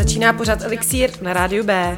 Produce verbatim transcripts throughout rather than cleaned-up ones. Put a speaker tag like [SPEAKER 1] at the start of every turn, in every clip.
[SPEAKER 1] Začíná pořad Elixír na rádiu B.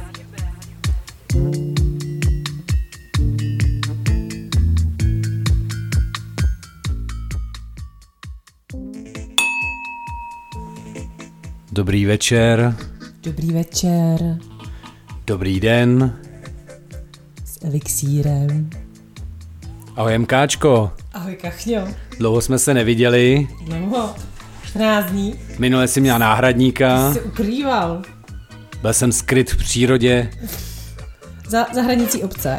[SPEAKER 2] Dobrý večer.
[SPEAKER 3] Dobrý večer.
[SPEAKER 2] Dobrý den.
[SPEAKER 3] S Elixírem.
[SPEAKER 2] Ahoj MKčko.
[SPEAKER 3] Ahoj Kachňo.
[SPEAKER 2] Dlouho jsme se neviděli.
[SPEAKER 3] Dlouho. čtrnáct dní.
[SPEAKER 2] Minule jsi měla náhradníka.
[SPEAKER 3] Jsi se ukrýval.
[SPEAKER 2] Byl jsem skryt v přírodě.
[SPEAKER 3] Za, za hranicí obce.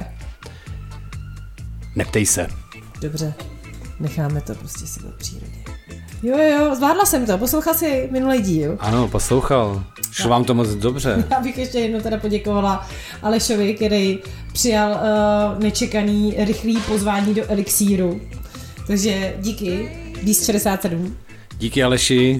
[SPEAKER 2] Neptej se.
[SPEAKER 3] Dobře. Necháme to prostě si v přírodě. Jo, jo, zvládla jsem to. Poslouchal jsi minulý díl?
[SPEAKER 2] Ano, poslouchal. Šlo vám to moc dobře.
[SPEAKER 3] Já bych ještě jednou teda poděkovala Alešovi, který přijal uh, nečekaný rychlý pozvání do Elixíru. Takže díky. Beast šedesát sedm.
[SPEAKER 2] Díky Aleši.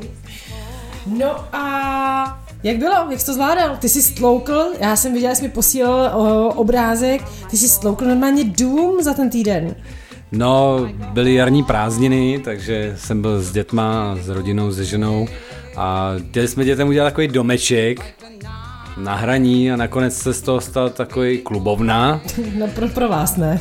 [SPEAKER 3] No a jak bylo? Jak jsi to zvládal? Ty jsi stloukl, já jsem viděla, jsi mi posílal o, obrázek, ty jsi stloukl normálně dům za ten týden.
[SPEAKER 2] No, byly jarní prázdniny, takže jsem byl s dětma, s rodinou, se ženou a chtěli jsme dětem udělat takový domeček na hraní a nakonec se z toho stal takový klubovna.
[SPEAKER 3] No pro, pro vás ne.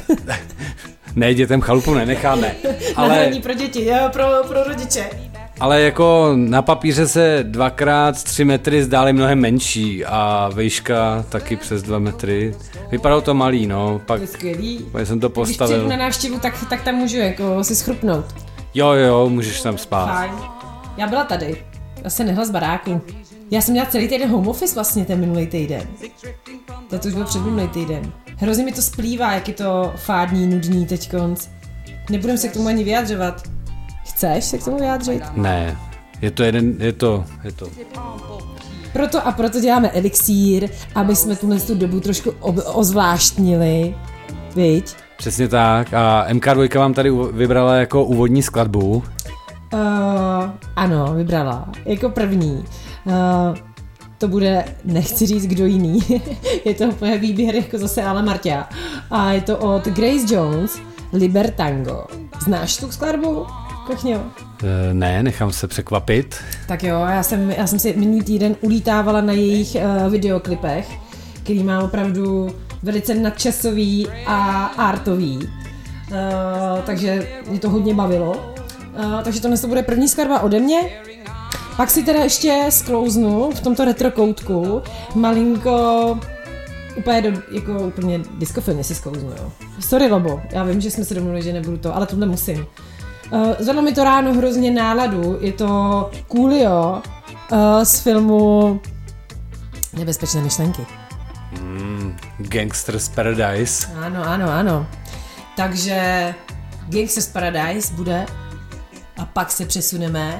[SPEAKER 2] Ne, dětem chalupu nenecháme.
[SPEAKER 3] Ale... Na hraní pro děti, jo, pro, pro rodiče.
[SPEAKER 2] Ale jako na papíře se dvakrát tři metry zdály mnohem menší a výška taky přes dva metry. Vypadalo to malý, no. Pak jsem to postavil.
[SPEAKER 3] Když přijdu na návštěvu, tak, tak tam můžu jako si schrupnout.
[SPEAKER 2] Jo, jo, můžeš tam spát.
[SPEAKER 3] Fajn. Já byla tady. Já jsem nehla z baráku. Já jsem měla celý týden home office vlastně ten minulý týden. To už byl předminulý týden. Hrozně mi to splývá, jak je to fádní, nudný teďkonc. Nebudem se k tomu ani vyjadřovat. Chceš se k tomu vyjádřit?
[SPEAKER 2] Ne, je to jeden, je to, je to.
[SPEAKER 3] Proto a proto děláme Elixír, aby jsme tuhle tu dobu trošku ob- ozvláštnili, viď?
[SPEAKER 2] Přesně tak a M K dva vám tady vybrala jako úvodní skladbu.
[SPEAKER 3] Uh, ano, vybrala, jako první. Uh, to bude, nechci říct kdo jiný, je to úplně výběr jako zase Ale Marťa. A je to od Grace Jones, Libertango. Znáš tu skladbu? Kochňo.
[SPEAKER 2] Ne, nechám se překvapit.
[SPEAKER 3] Tak jo, já jsem, já jsem si minulý týden ulítávala na jejich uh, videoklipech, který má opravdu velice nadčasový a artový. Uh, takže mě to hodně bavilo. Uh, takže tohle to bude první skladba ode mě. Pak si teda ještě sklouznu v tomto retro koutku malinko úplně do, jako úplně discofilmy si sklouznu, jo. Sorry Lobo, já vím, že jsme se domluvili, že nebudu to, ale tohle musím. Uh, zvedlo mi to ráno hrozně náladu, je to Coolio uh, z filmu Nebezpečné myšlenky.
[SPEAKER 2] Mm, Gangster's Paradise.
[SPEAKER 3] Ano, ano, ano. Takže Gangster's Paradise bude a pak se přesuneme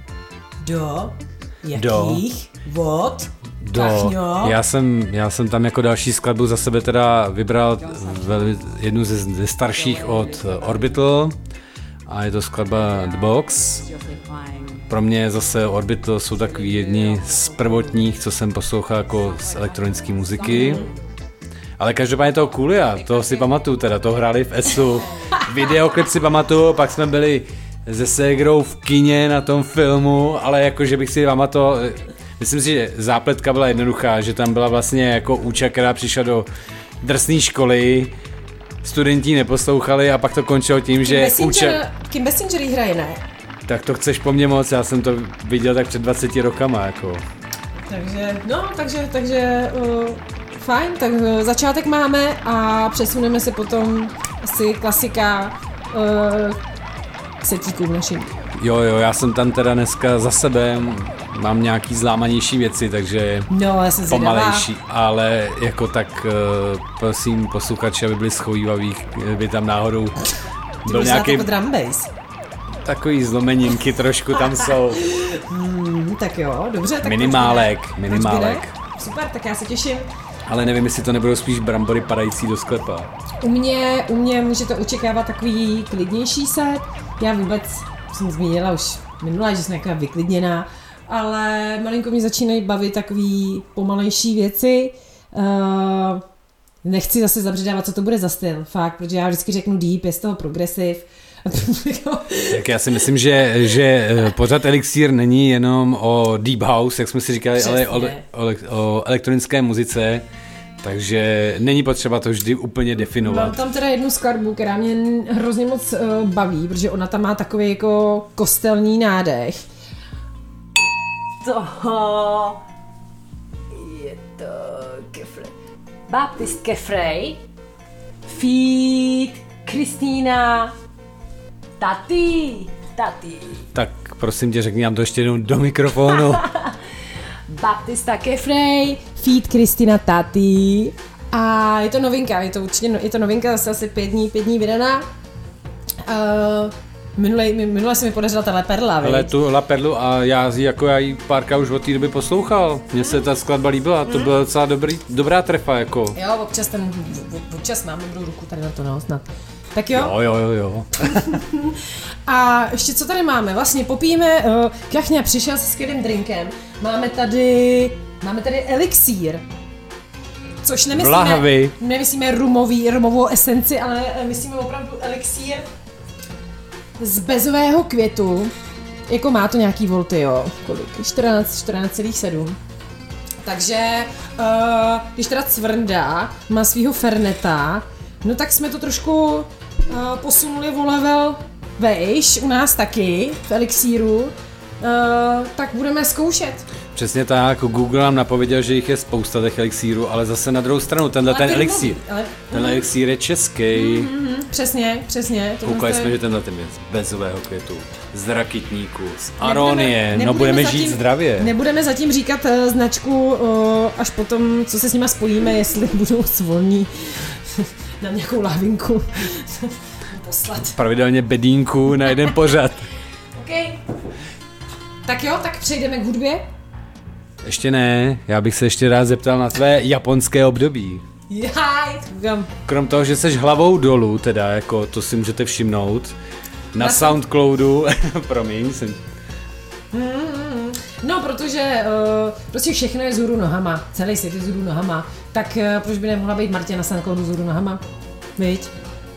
[SPEAKER 3] do jakých
[SPEAKER 2] do,
[SPEAKER 3] vod?
[SPEAKER 2] Do, já jsem, já jsem tam jako další skladbu za sebe teda vybral jednu ze, ze starších od Orbital. A je to skladba The Box. Pro mě zase Orbital jsou takový jedni z prvotních, co jsem poslouchal jako z elektronické muziky. Ale každopádně toho Coolia, toho si pamatuju teda, to hráli v ESu. Videoklip si pamatuju, pak jsme byli se ségrou v kině na tom filmu, ale jakože bych si pamatoval, myslím si, že zápletka byla jednoduchá, že tam byla vlastně jako úča, která přišla do drsné školy, studenti neposlouchali a pak to končilo tím,
[SPEAKER 3] Kim
[SPEAKER 2] že
[SPEAKER 3] Basinger,
[SPEAKER 2] učil...
[SPEAKER 3] Kim Basinger jí hraje, ne?
[SPEAKER 2] Tak to chceš po mně moc, já jsem to viděl tak před dvaceti rokama, jako.
[SPEAKER 3] Takže, no, takže, takže, uh, fajn, tak uh, začátek máme a přesuneme se potom asi klasika uh, k setíkům našim.
[SPEAKER 2] Jo, jo, já jsem tam teda dneska za sebe, mám nějaký zlámanější věci, takže
[SPEAKER 3] no, já jsem
[SPEAKER 2] pomalejší, ale jako tak uh, prosím posluchači, aby byli schovývaví, by tam náhodou byl nějaký...
[SPEAKER 3] jako drum bass.
[SPEAKER 2] Takový zlomeninky trošku tam jsou.
[SPEAKER 3] Hmm, tak jo, dobře. Tak
[SPEAKER 2] minimálek, minimálek.
[SPEAKER 3] Super, tak já se těším.
[SPEAKER 2] Ale nevím, jestli to nebudou spíš brambory padající do sklepa.
[SPEAKER 3] U mě, u mě můžete očekávat takový klidnější set. Já vůbec jsem zmínila už minule, že jsem nějaká vyklidněná, ale malinko mě začínají bavit takový pomalejší věci. Uh, nechci zase zabředávat, co to bude za styl, fakt, protože já vždycky řeknu deep, je z toho progresiv,
[SPEAKER 2] Tak já si myslím, že, že pořád Elixír není jenom o deep house, jak jsme si říkali, přesně, ale o, o, o elektronické muzice, takže není potřeba to vždy úplně definovat.
[SPEAKER 3] Mám tam teda jednu skladbu, která mě hrozně moc uh, baví, protože ona tam má takový jako kostelný nádech. Toho je to Kefrey. Baptist Kefrey feat. Kristýna Tati. Tati.
[SPEAKER 2] Tak prosím tě, řekni nám to ještě jednou do mikrofonu.
[SPEAKER 3] Baptista Kefrey feat. Kristýna Tati. A je to novinka, je to určitě no, je to novinka, zase asi pět dní, pět dní vydaná. Uh, minule, minule se mi podařila ta La Perla,
[SPEAKER 2] ale tu La Perlu a já jako já ji párka už od té doby poslouchal. Mně se ta skladba líbila, to byla docela dobrý, dobrá trefa, jako.
[SPEAKER 3] Jo, občas ten, občas mám dobrou ruku tady na to, no, snad. Tak jo?
[SPEAKER 2] Jo, jo, jo, jo.
[SPEAKER 3] A ještě co tady máme? Vlastně popijeme, uh, Kachňa přišel se skvělým drinkem. Máme tady, máme tady elixír. Což nemyslíme, nemyslíme rumový, rumovou esenci, ale myslíme opravdu elixír z bezového květu. Jako má to nějaký volty, jo. Kolik? čtrnáct, čtrnáct celá sedm. Takže, uh, když teda Cvrnda má svýho Ferneta, no tak jsme to trošku uh, posunuli o level vejš, u nás taky, v elixíru, uh, tak budeme zkoušet.
[SPEAKER 2] Přesně tak, Google nám napověděl, že jich je spousta těch elixírů, ale zase na druhou stranu, tenhle ale ten elixír, ale... ten elixír je český.
[SPEAKER 3] Mm-hmm, přesně, přesně.
[SPEAKER 2] Koukali jsme, že tenhle ten je z bezového květu, z rakitníku, z aronie, nebudeme, no budeme zatím, žít zdravě.
[SPEAKER 3] Nebudeme zatím říkat uh, značku, uh, až potom, co se s nima spojíme, jestli budou svolní na nějakou lávinku poslat.
[SPEAKER 2] Pravidelně bedínku na jeden pořad.
[SPEAKER 3] OK. Tak jo, tak přejdeme k hudbě.
[SPEAKER 2] Ještě ne, já bych se ještě rád zeptal na tvé japonské období.
[SPEAKER 3] Jaj,
[SPEAKER 2] krom toho, že seš hlavou dolů, teda, jako to si můžete všimnout, na, na Soundcloudu, promiň, jsem...
[SPEAKER 3] Mm-hmm. No, protože uh, prostě všechno je zhůru nohama, celý svět je zhůru nohama, tak uh, proč by nemohla být Martě na Soundcloudu zhůru nohama, viď?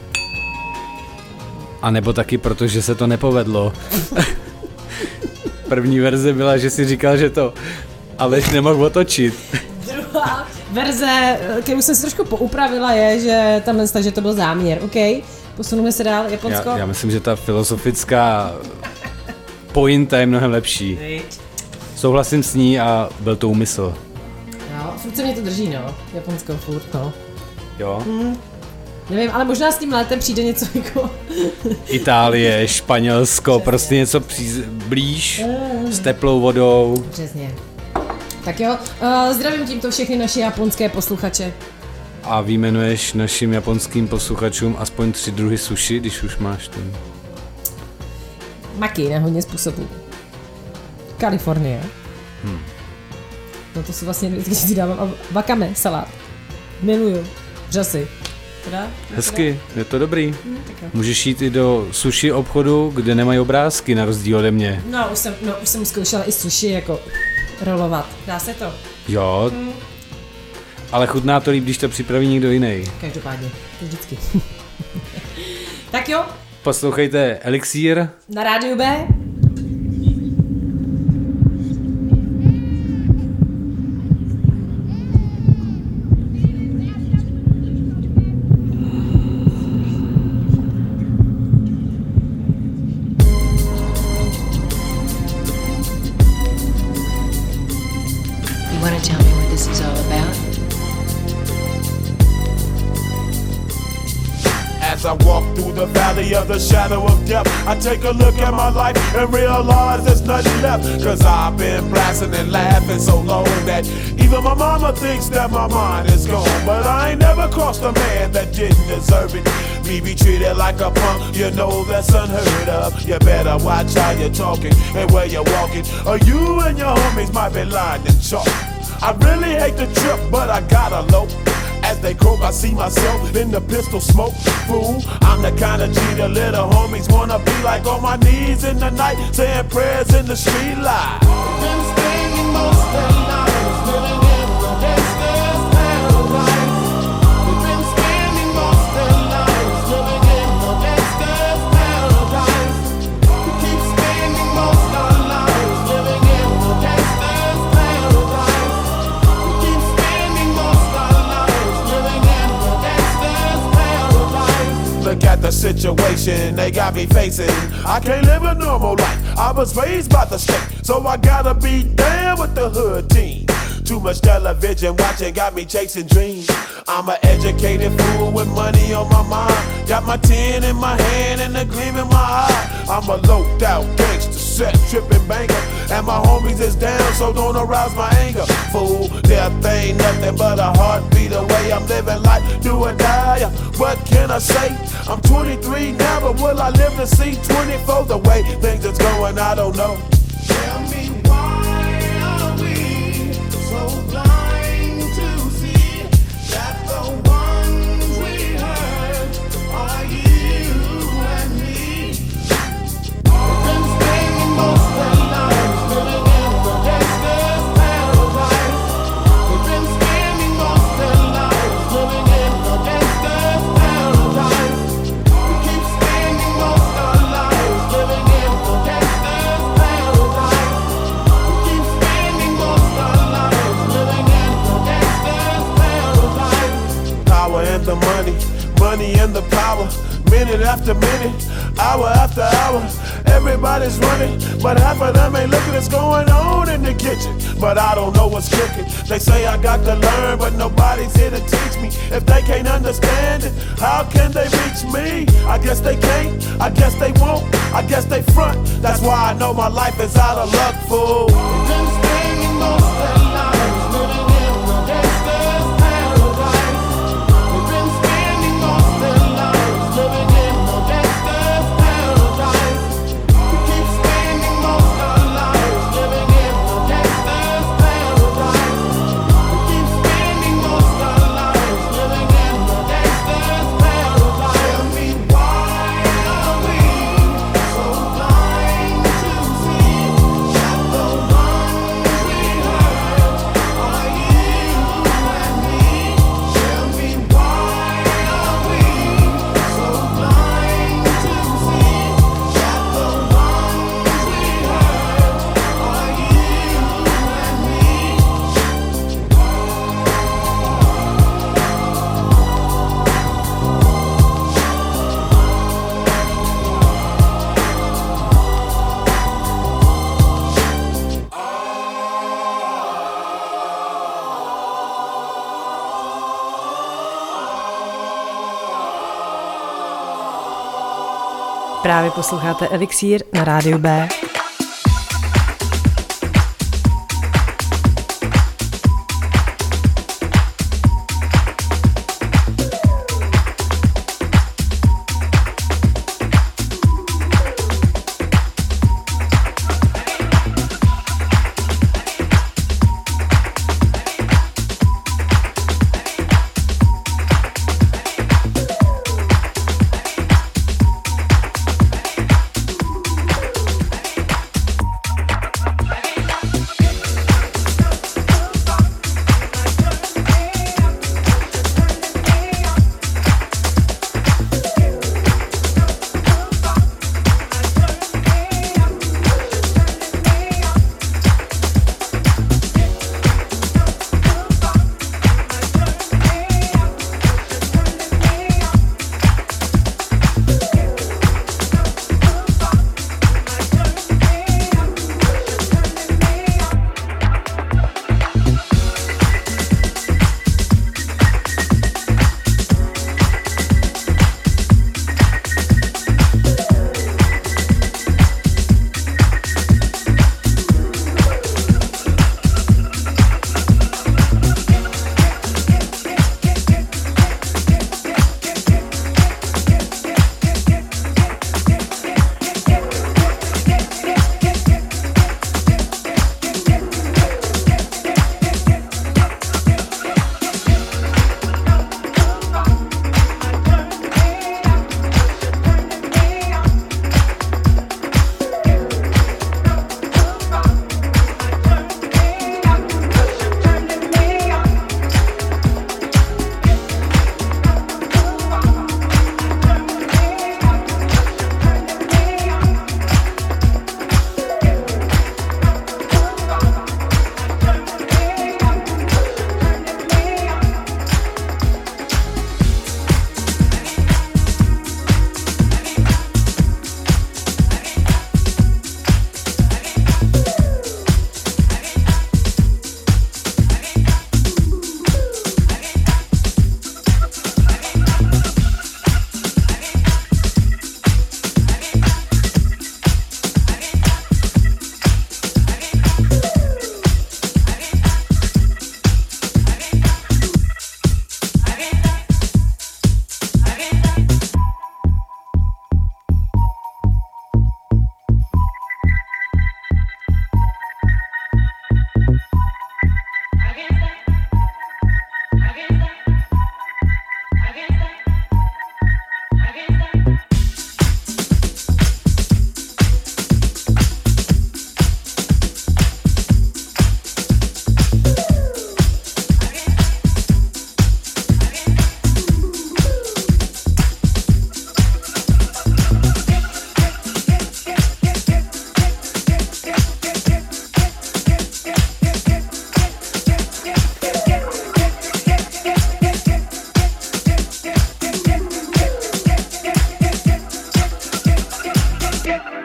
[SPEAKER 2] A nebo taky proto, že se to nepovedlo. První verze byla, že si říkal, že to Aleš nemohl otočit.
[SPEAKER 3] Druhá verze, kterou jsem si trošku poupravila, je, že tam že to byl záměr, OK? Posuneme se dál, Japonsko.
[SPEAKER 2] Já, já myslím, že ta filozofická pointa je mnohem lepší. Souhlasím s ní a byl to úmysl.
[SPEAKER 3] Jo, furt se mě to drží, no. Japonsko furt, no.
[SPEAKER 2] Jo?
[SPEAKER 3] Mm. Nevím, ale možná s tím létem přijde něco jako...
[SPEAKER 2] Itálie, Španělsko, přesně. Prostě něco příz... blíž, mm. s teplou vodou.
[SPEAKER 3] Přesně. Tak jo, uh, zdravím tímto všechny naše japonské posluchače.
[SPEAKER 2] A vyjmenuješ našim japonským posluchačům aspoň tři druhy sushi, když už máš ten...
[SPEAKER 3] Maki na hodně způsobů. Kalifornie.
[SPEAKER 2] Hmm.
[SPEAKER 3] No to si vlastně vždycky si dávám. A wakame salát. Miluju. Řasy. Teda?
[SPEAKER 2] Hezky, je to dobrý. Hmm, můžeš jít i do sushi obchodu, kde nemají obrázky, na rozdíl ode mě.
[SPEAKER 3] No, už jsem, no, už jsem zkoušela i sushi jako rolovat. Dá se to?
[SPEAKER 2] Jo, hmm. Ale chutná to líp, když to připraví někdo jiný.
[SPEAKER 3] Každopádně, to vždycky. Tak jo.
[SPEAKER 2] Poslouchejte Elixír
[SPEAKER 3] na rádiu B.
[SPEAKER 4] As I walk through the valley of the shadow of death, I take a look at my life and realize there's nothing left. Cause I've been blasting and laughing so long that even my mama thinks that my mind is gone. But I ain't never crossed a man that didn't deserve it. Me be treated like a punk, you know that's unheard of. You better watch how you're talking and where you're walking, or you and your homies might be lying in chalk. I really hate the trip, but I gotta low. As they croak, I see myself in the pistol smoke. Fool, I'm the kind of G the little homies wanna be like, on my knees in the night, saying prayers in the street light. Been spending most of their lives living in the gangster's paradise. We've been spending most of their lives living in the gangster's paradise. situation they got me facing. I can't live a normal life. I was raised by the state, so I gotta be down with the hood team. Too much television watching got me chasing dreams. I'm an educated fool with money on my mind. Got my tin in my hand and a gleam in my eye. I'm a loped out gangster, set tripping banker, and my homies is down, so don't arouse my anger. Fool, death ain't nothing but a heartbeat away. I'm living life, do or die. What can I say? I'm twenty-three now, but will I live to see twenty-four? The way things is going, I don't know. Tell me why are we so blind to see that the ones we hurt are you and me? We've been spending most of our lives living in the gangster's paradise. We've been spending most of our lives living in the gangster's paradise. We keep spending most of our lives living in the gangster's paradise. We keep spending most of our lives living in the gangster's paradise. Power and the money, money and the power. Minute after minute, hour after hour, everybody's running, but half of them ain't looking what's going on in the kitchen. But I don't know what's cooking. They say I got to learn, but nobody's here to teach me. If they can't understand it, how can they reach me? I guess they can't, I guess they won't, I guess they front. That's why I know my life is out of luck, fool. We've been spending most of our lives living in the gangster's paradise. We've been spending most of our lives living in the gangster's paradise. We keep spending most of our lives living in the gangster's paradise. We keep spending most of our lives living in the gangster's paradise. Tell me why are we so blind to see that the ones we hurt are you and me? Tell me why are we so blind to see that the ones we hurt are
[SPEAKER 1] Právě posloucháte Elixír na rádiu B.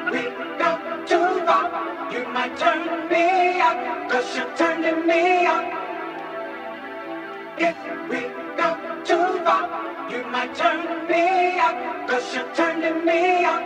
[SPEAKER 5] we go too far, you might turn me out, cause you're turning me on. If we go too far, you might turn me out, cause you're turning me on.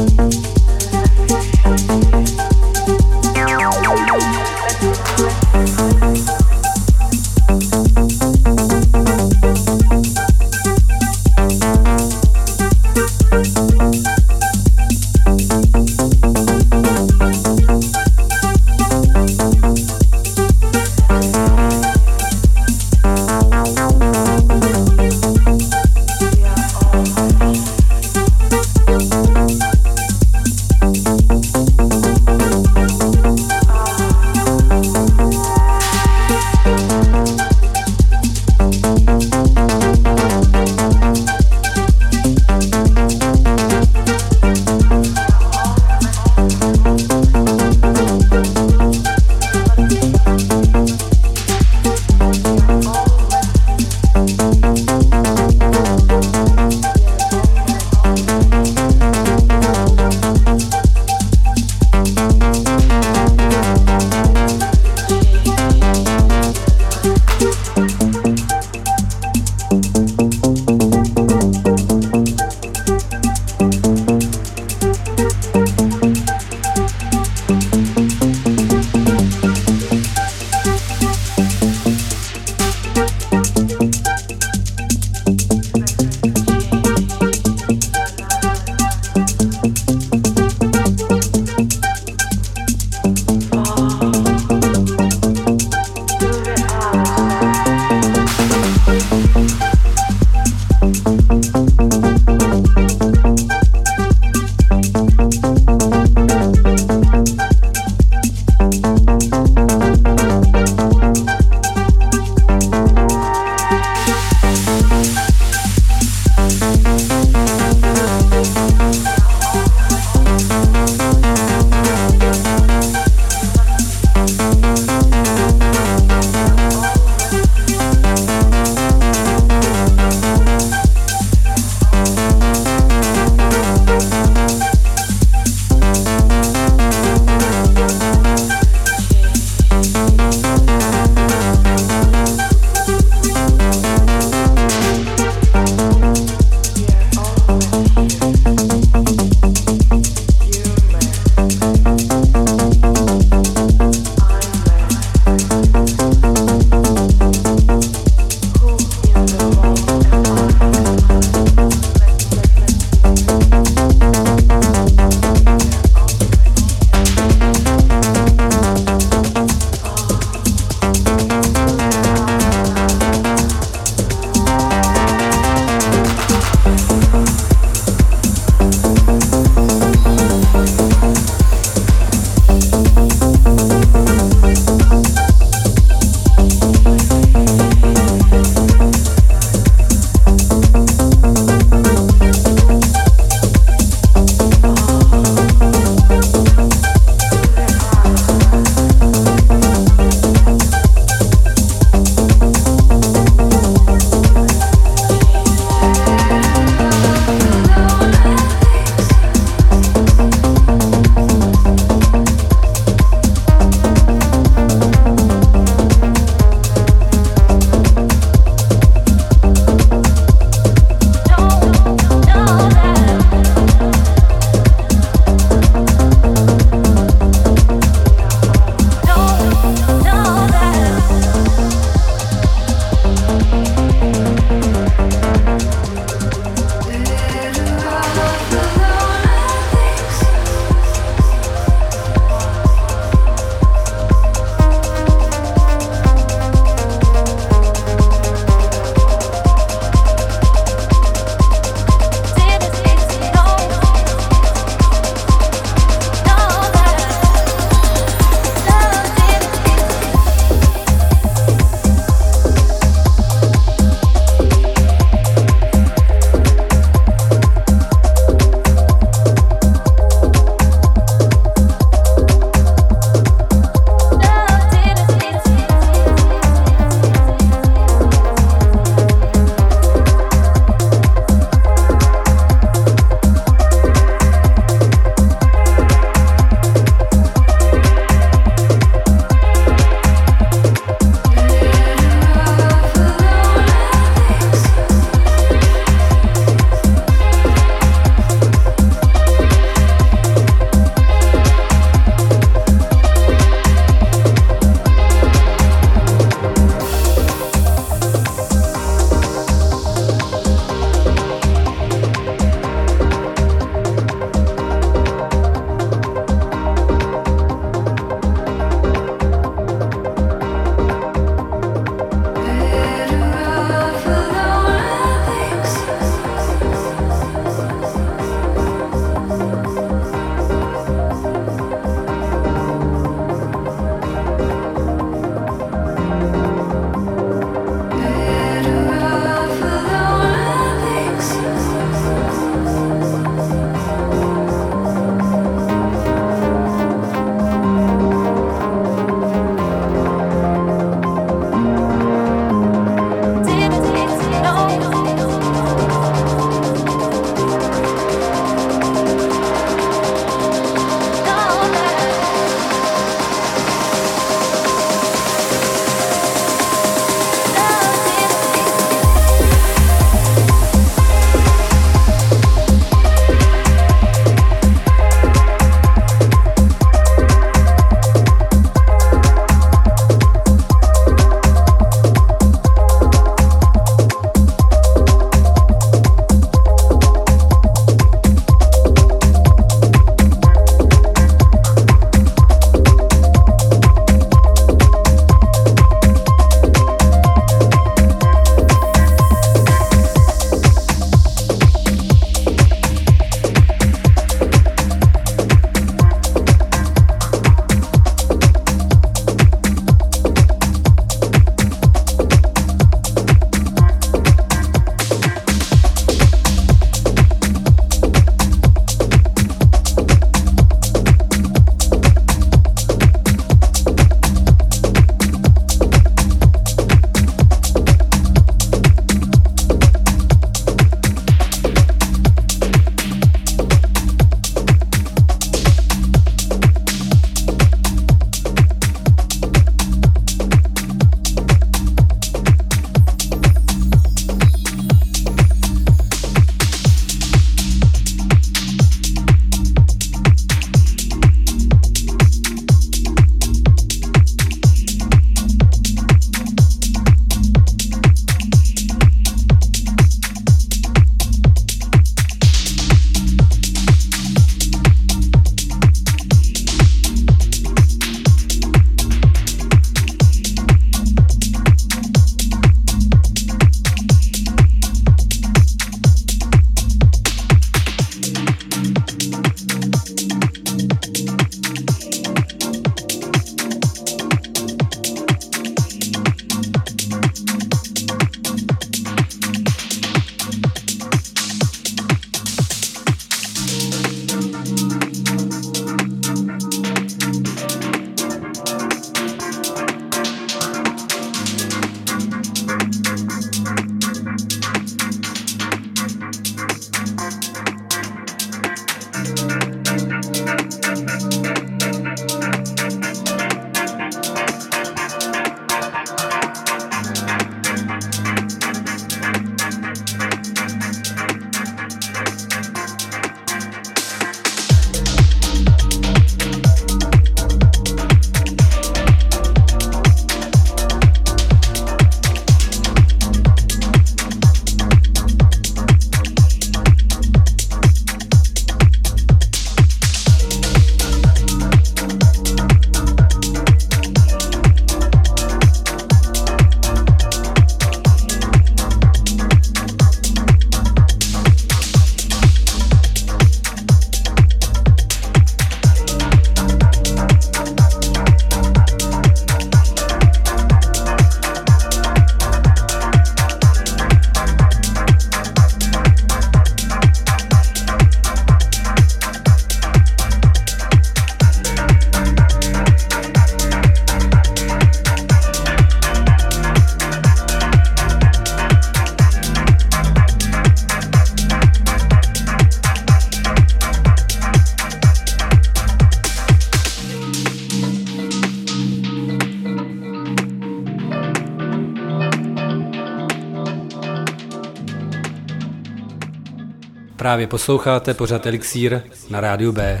[SPEAKER 2] Právě posloucháte pořad Elixír na rádiu B.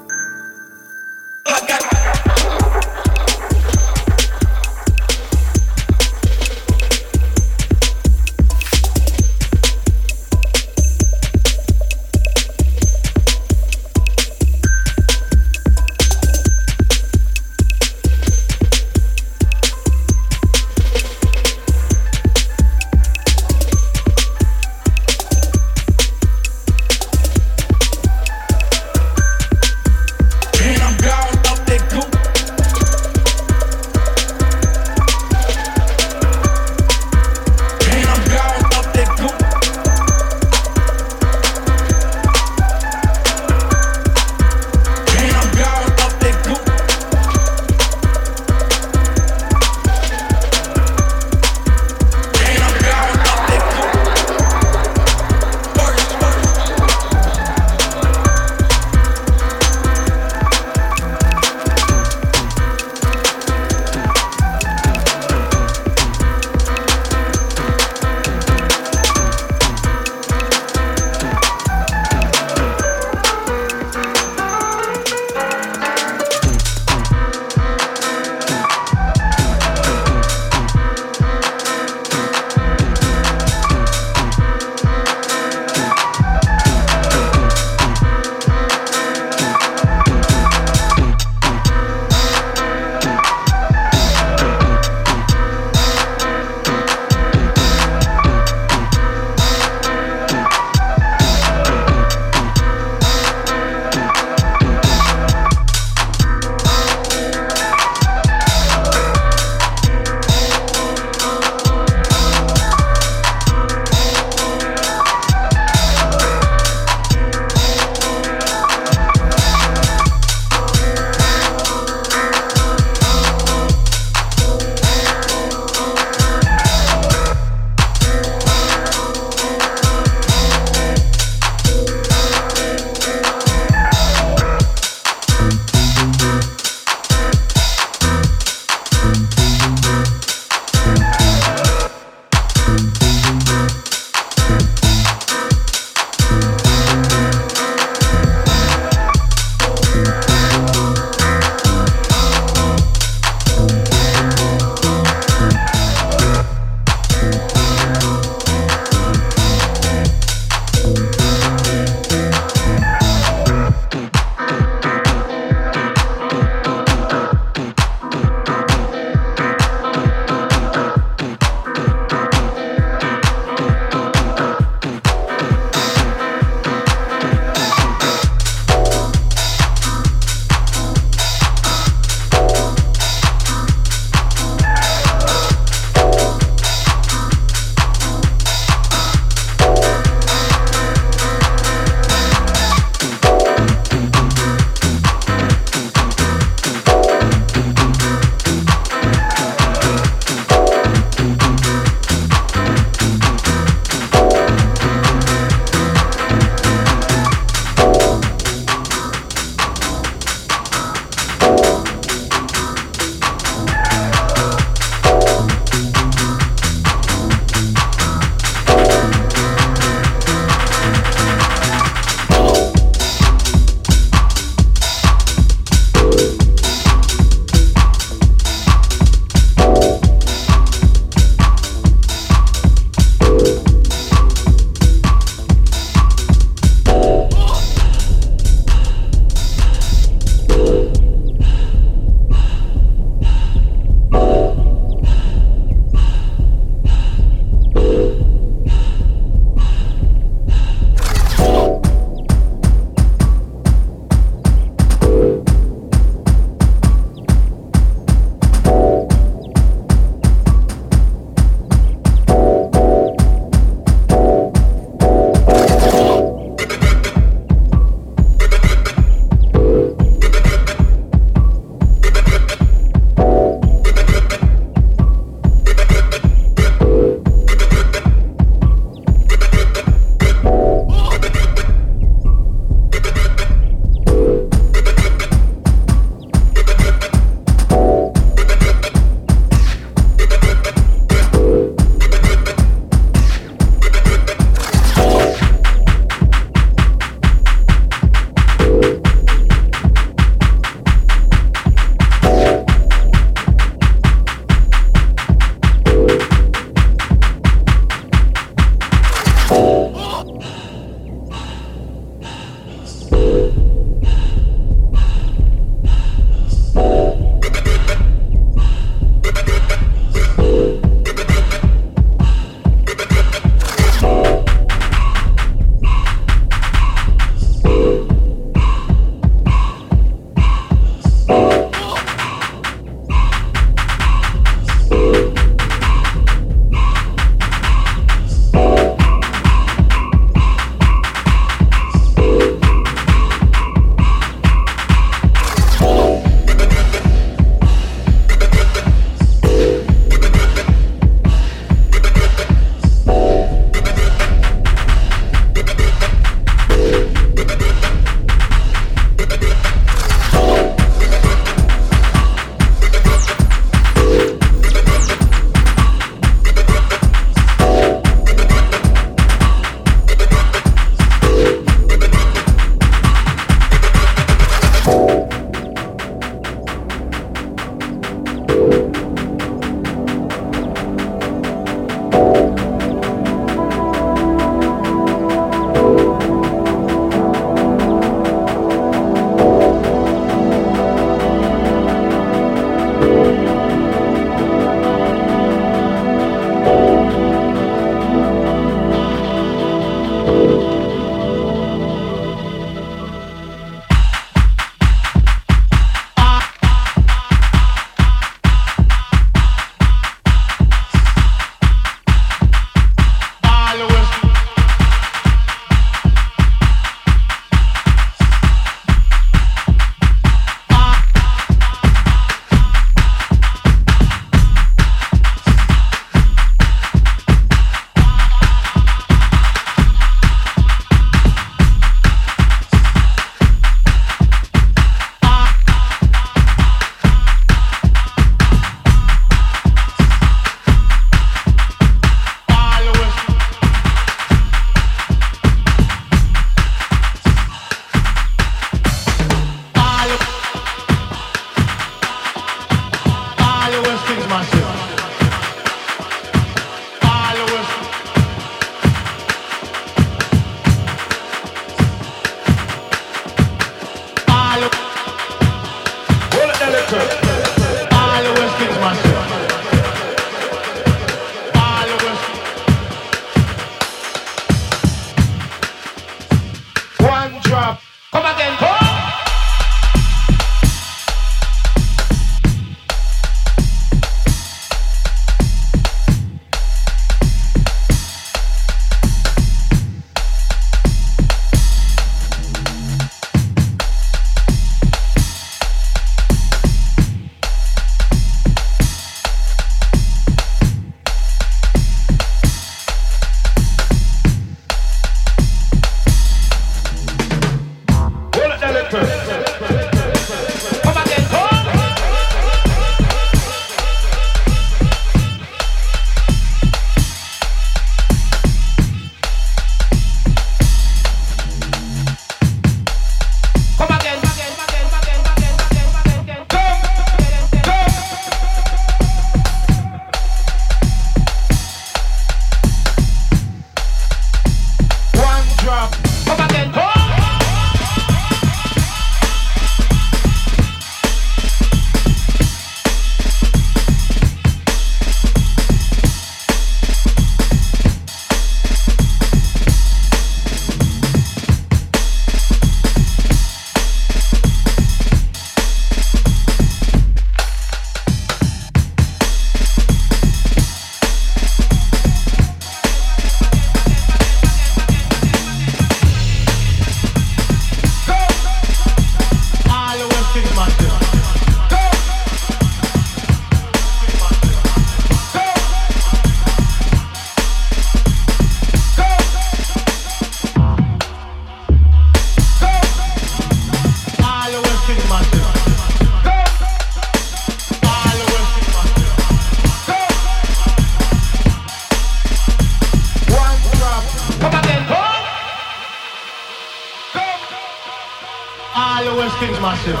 [SPEAKER 5] things myself.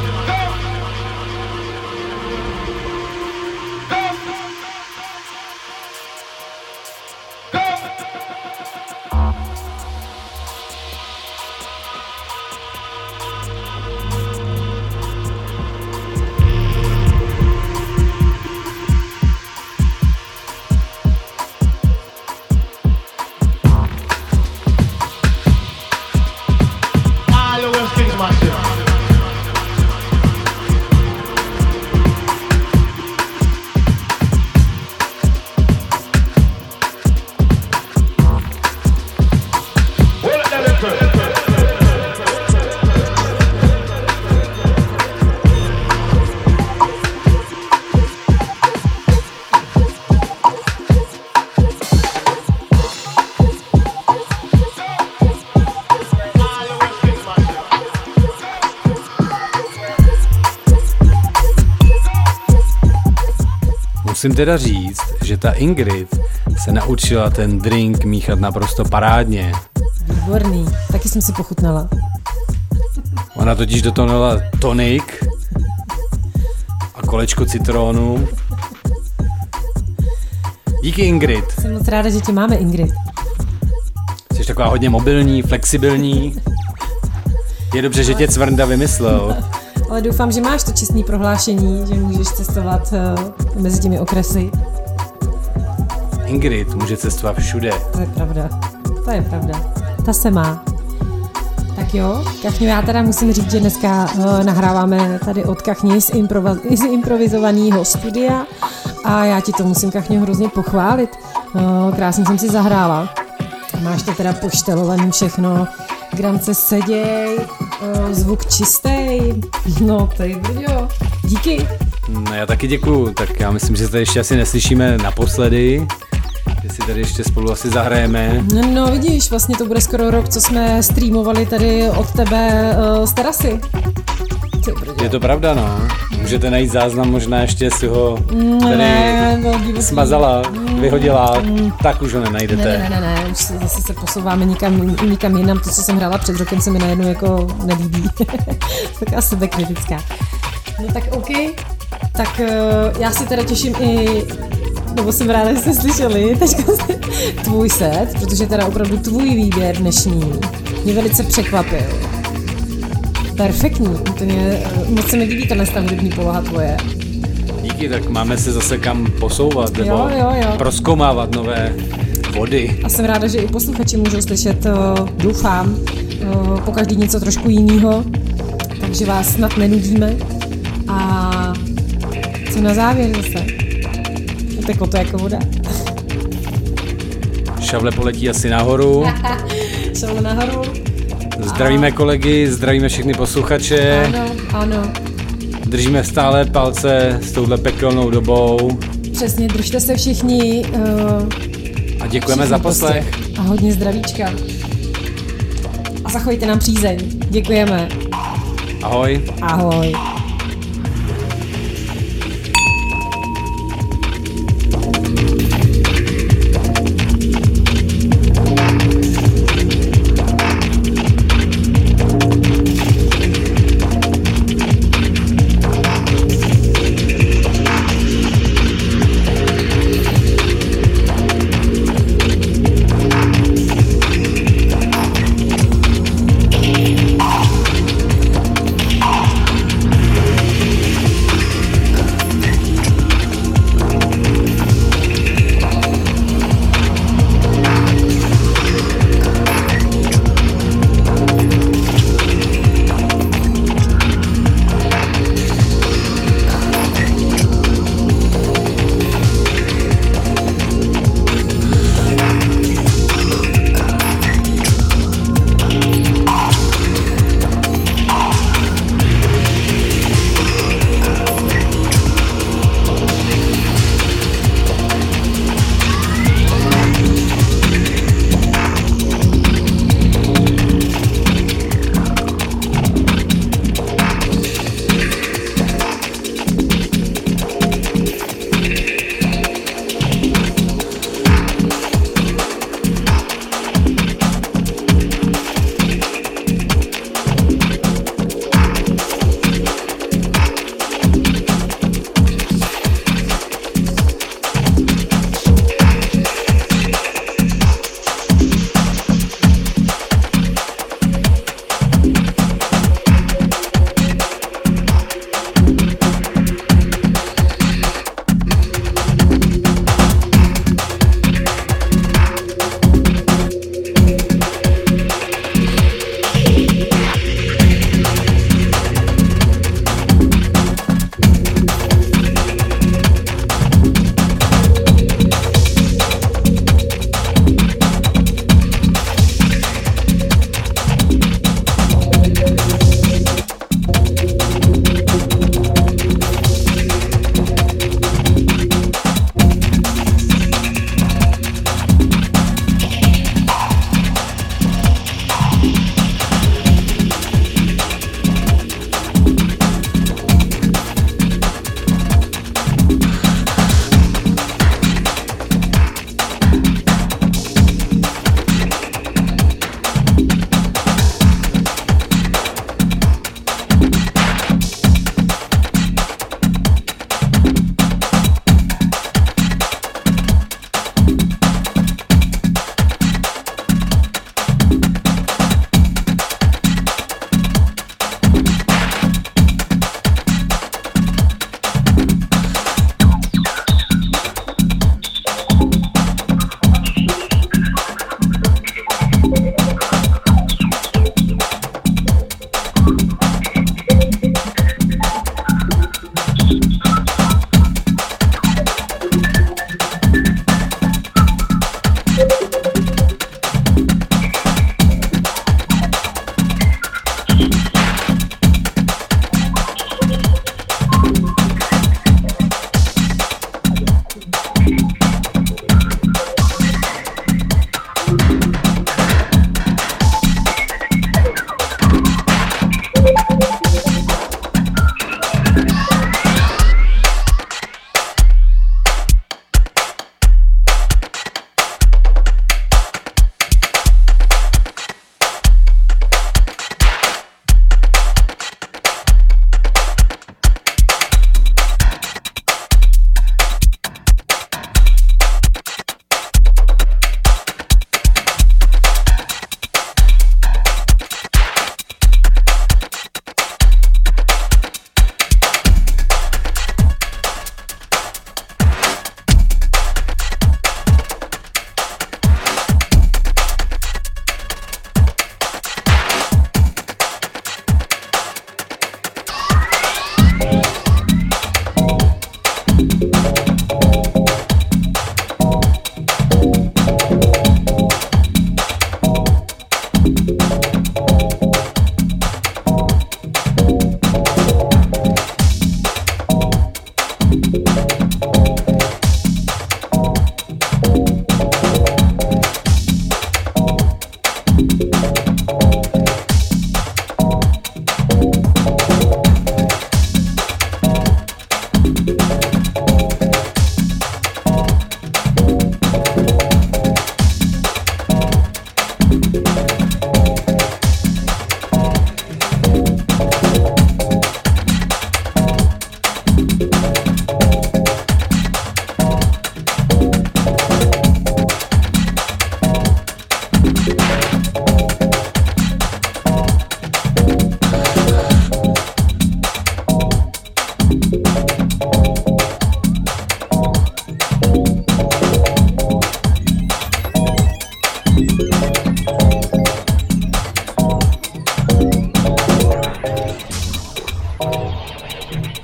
[SPEAKER 2] Musím teda říct, že ta Ingrid se naučila ten drink míchat naprosto parádně.
[SPEAKER 3] Výborný, taky jsem si pochutnala.
[SPEAKER 2] Ona totiž do toho dala tonik a kolečko citrónu. Díky, Ingrid.
[SPEAKER 3] Jsem moc ráda, že tě máme, Ingrid.
[SPEAKER 2] Jsi taková hodně mobilní, flexibilní. Je dobře, že tě Cvrnda vymyslel.
[SPEAKER 3] Ale doufám, že máš to čestné prohlášení, že můžeš cestovat uh, mezi těmi okresy.
[SPEAKER 2] Ingrid může cestovat všude.
[SPEAKER 3] To je pravda, to je pravda. Ta se má. Tak jo, Kachňo, já teda musím říct, že dneska uh, nahráváme tady od Kachni z, improva- z improvizovaného studia a já ti to musím, Kachňo, hrozně pochválit. Uh, krásně jsem si zahrála. Máš to teda poštelovaný všechno. Grance seděj, uh, zvuk čistej. No ty brďo, díky.
[SPEAKER 2] No, já taky děkuju, tak já myslím, že se tady ještě asi neslyšíme naposledy. Že si tady ještě spolu asi zahrajeme.
[SPEAKER 3] No, no vidíš, vlastně to bude skoro rok, co jsme streamovali tady od tebe uh, z terasy.
[SPEAKER 2] Je to pravda, no. Můžete najít záznam, možná ještě si ho tady
[SPEAKER 3] ne, ne,
[SPEAKER 2] smazala, vyhodila, mm. tak už ho nenajdete.
[SPEAKER 3] Ne, ne, ne, ne, už se, zase se posouváme nikam, nikam jinam. To, co jsem hrála před rokem, se mi najednou jako nelíbí. Taková sebekritická. No tak OK, tak uh, já si teda těším i, nebo jsem ráda, že jste slyšeli teďka tvůj set, protože teda opravdu tvůj výběr dnešní mě velice překvapil. Perfektní, úplně moc se mi líbí tenhle ta hudební poloha tvoje.
[SPEAKER 2] Díky, tak máme se zase kam posouvat, nebo
[SPEAKER 3] jo, jo, jo.
[SPEAKER 2] prozkoumávat nové body.
[SPEAKER 3] A jsem ráda, že i posluchači můžou slyšet, doufám, pokaždý něco trošku jiného, takže vás snad nenudíme. A co na závěr zase? Uteklo to jako voda.
[SPEAKER 2] Šavle poletí asi nahoru.
[SPEAKER 3] Šavle nahoru.
[SPEAKER 2] Zdravíme kolegy, zdravíme všechny posluchače.
[SPEAKER 3] Ano, ano.
[SPEAKER 2] Držíme stále palce s touhle pekelnou dobou.
[SPEAKER 3] Přesně, držte se všichni. Uh,
[SPEAKER 2] a děkujeme za poslech.
[SPEAKER 3] Prostě. A hodně zdravíčka. A zachovejte nám přízeň. Děkujeme.
[SPEAKER 2] Ahoj.
[SPEAKER 3] Ahoj.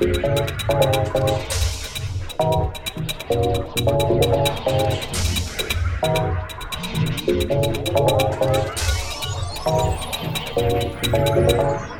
[SPEAKER 5] Thank you.